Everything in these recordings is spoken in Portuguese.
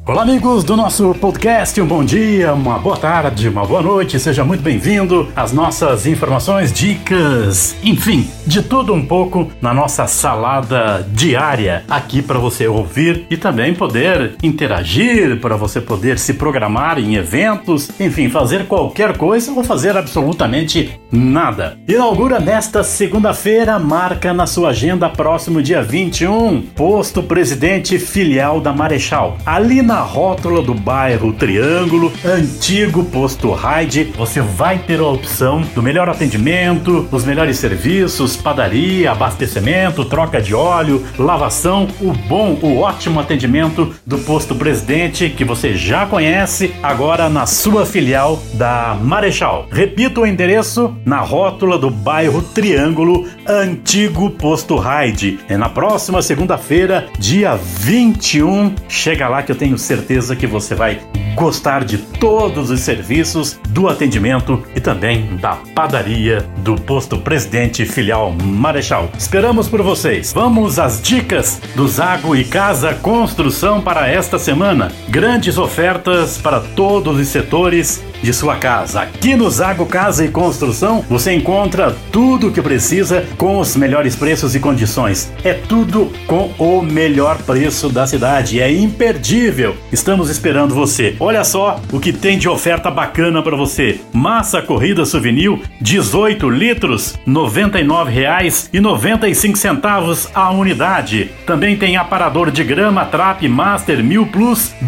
Olá, amigos do nosso podcast, um bom dia, uma boa tarde, uma boa noite, seja muito bem-vindo às nossas informações, dicas, enfim, de tudo um pouco na nossa salada diária aqui para você ouvir e também poder interagir, para você poder se programar em eventos, enfim, fazer qualquer coisa ou fazer absolutamente nada. Inaugura nesta segunda-feira, marca na sua agenda próximo dia 21, Posto Presidente Filial da Marechal, ali na rótula do bairro Triângulo, antigo Posto Raide. Você vai ter a opção do melhor atendimento, os melhores serviços, padaria, abastecimento, troca de óleo, lavação, o ótimo atendimento do Posto Presidente que você já conhece, agora na sua filial da Marechal. Repito o endereço, na rótula do bairro Triângulo, antigo Posto Raide. É na próxima segunda-feira, dia 21. Chega lá que eu tenho certeza que você vai gostar de todos os serviços, do atendimento e também da padaria do Posto Presidente Filial Marechal. Esperamos por vocês. Vamos às dicas do Zago e Casa Construção para esta semana. Grandes ofertas para todos os setores de sua casa. Aqui no Zago Casa e Construção você encontra tudo o que precisa com os melhores preços e condições. É tudo com o melhor preço da cidade. É imperdível. Estamos esperando você. Olha só o que tem de oferta bacana para você. Massa corrida souvenir 18 litros, R$ 99,95 a unidade. Também tem aparador de grama Trap Master 1000 Plus, R$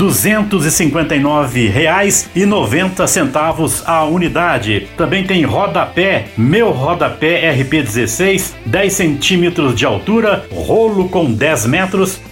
259,90 a unidade. Também tem rodapé, meu rodapé RP16, 10 centímetros de altura, rolo com 10 metros, R$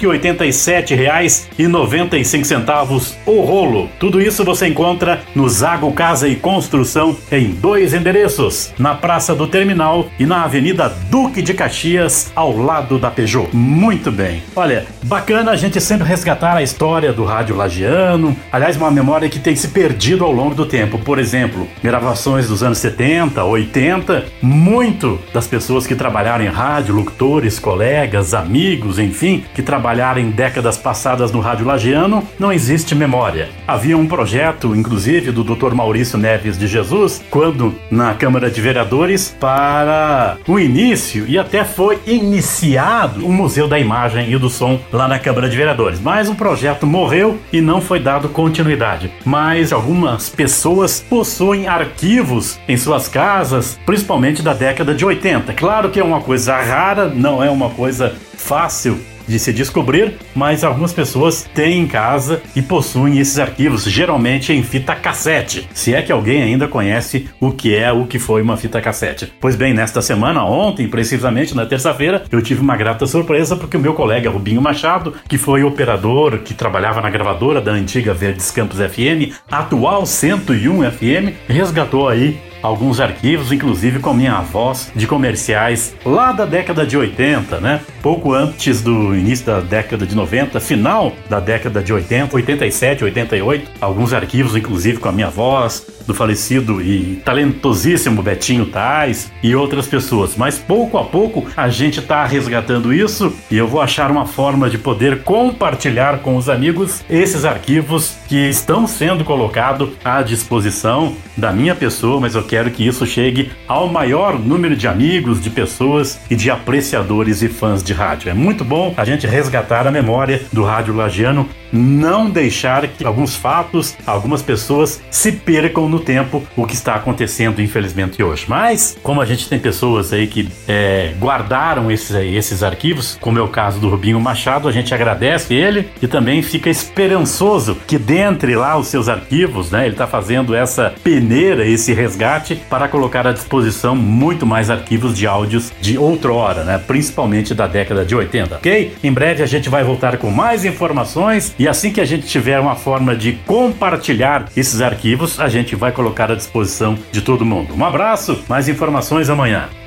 187,95 o rolo. Tudo isso você encontra no Zago Casa e Construção em 2 endereços, na Praça do Terminal e na Avenida Duque de Caxias, ao lado da Peugeot. Muito bem. Olha, bacana a gente sempre resgatar a história do rádio lagiano, aliás, uma memória que tem se perdido ao longo do tempo. Por exemplo, gravações dos anos 70, 80, muito das pessoas que trabalharam em rádio, locutores, colegas, amigos, enfim, que trabalharam em décadas passadas no rádio lagiano, não existe memória. Havia um projeto, inclusive, do Dr. Maurício Neves de Jesus, quando na Câmara de Vereadores, para o início, e até foi iniciado o Museu da Imagem e do Som lá na Câmara de Vereadores. Mas o projeto morreu e não foi dado continuidade. Mas algumas pessoas possuem arquivos em suas casas, principalmente da década de 80. Claro que é uma coisa rara, não é uma coisa fácil de se descobrir, mas algumas pessoas têm em casa e possuem esses arquivos, geralmente em fita cassete, se é que alguém ainda conhece o que foi uma fita cassete. Pois bem, nesta semana, ontem, precisamente na terça-feira, eu tive uma grata surpresa porque o meu colega Rubinho Machado, que foi operador, que trabalhava na gravadora da antiga Verdes Campos FM, atual 101 FM, resgatou aí alguns arquivos, inclusive com minha voz, de comerciais lá da década de 80, né? Pouco antes do início da década de 90, final da década de 80, 87, 88. Alguns arquivos, inclusive, com a minha voz, do falecido e talentosíssimo Betinho Tais e outras pessoas. Mas pouco a pouco a gente está resgatando isso e eu vou achar uma forma de poder compartilhar com os amigos esses arquivos que estão sendo colocados à disposição da minha pessoa, mas eu quero que isso chegue ao maior número de amigos, de pessoas e de apreciadores e fãs de rádio. É muito bom a gente resgatar a memória do rádio lagiano, não deixar que alguns fatos, algumas pessoas se percam no tempo, o que está acontecendo infelizmente hoje. Mas como a gente tem pessoas aí que guardaram esses arquivos, como é o caso do Rubinho Machado, a gente agradece ele e também fica esperançoso que dentre lá os seus arquivos, né, ele está fazendo essa peneira, esse resgate para colocar à disposição muito mais arquivos de áudios de outrora, né, principalmente da década de 80, ok? Em breve a gente vai voltar com mais informações e assim que a gente tiver uma forma de compartilhar esses arquivos, a gente vai colocar à disposição de todo mundo. Um abraço, mais informações amanhã.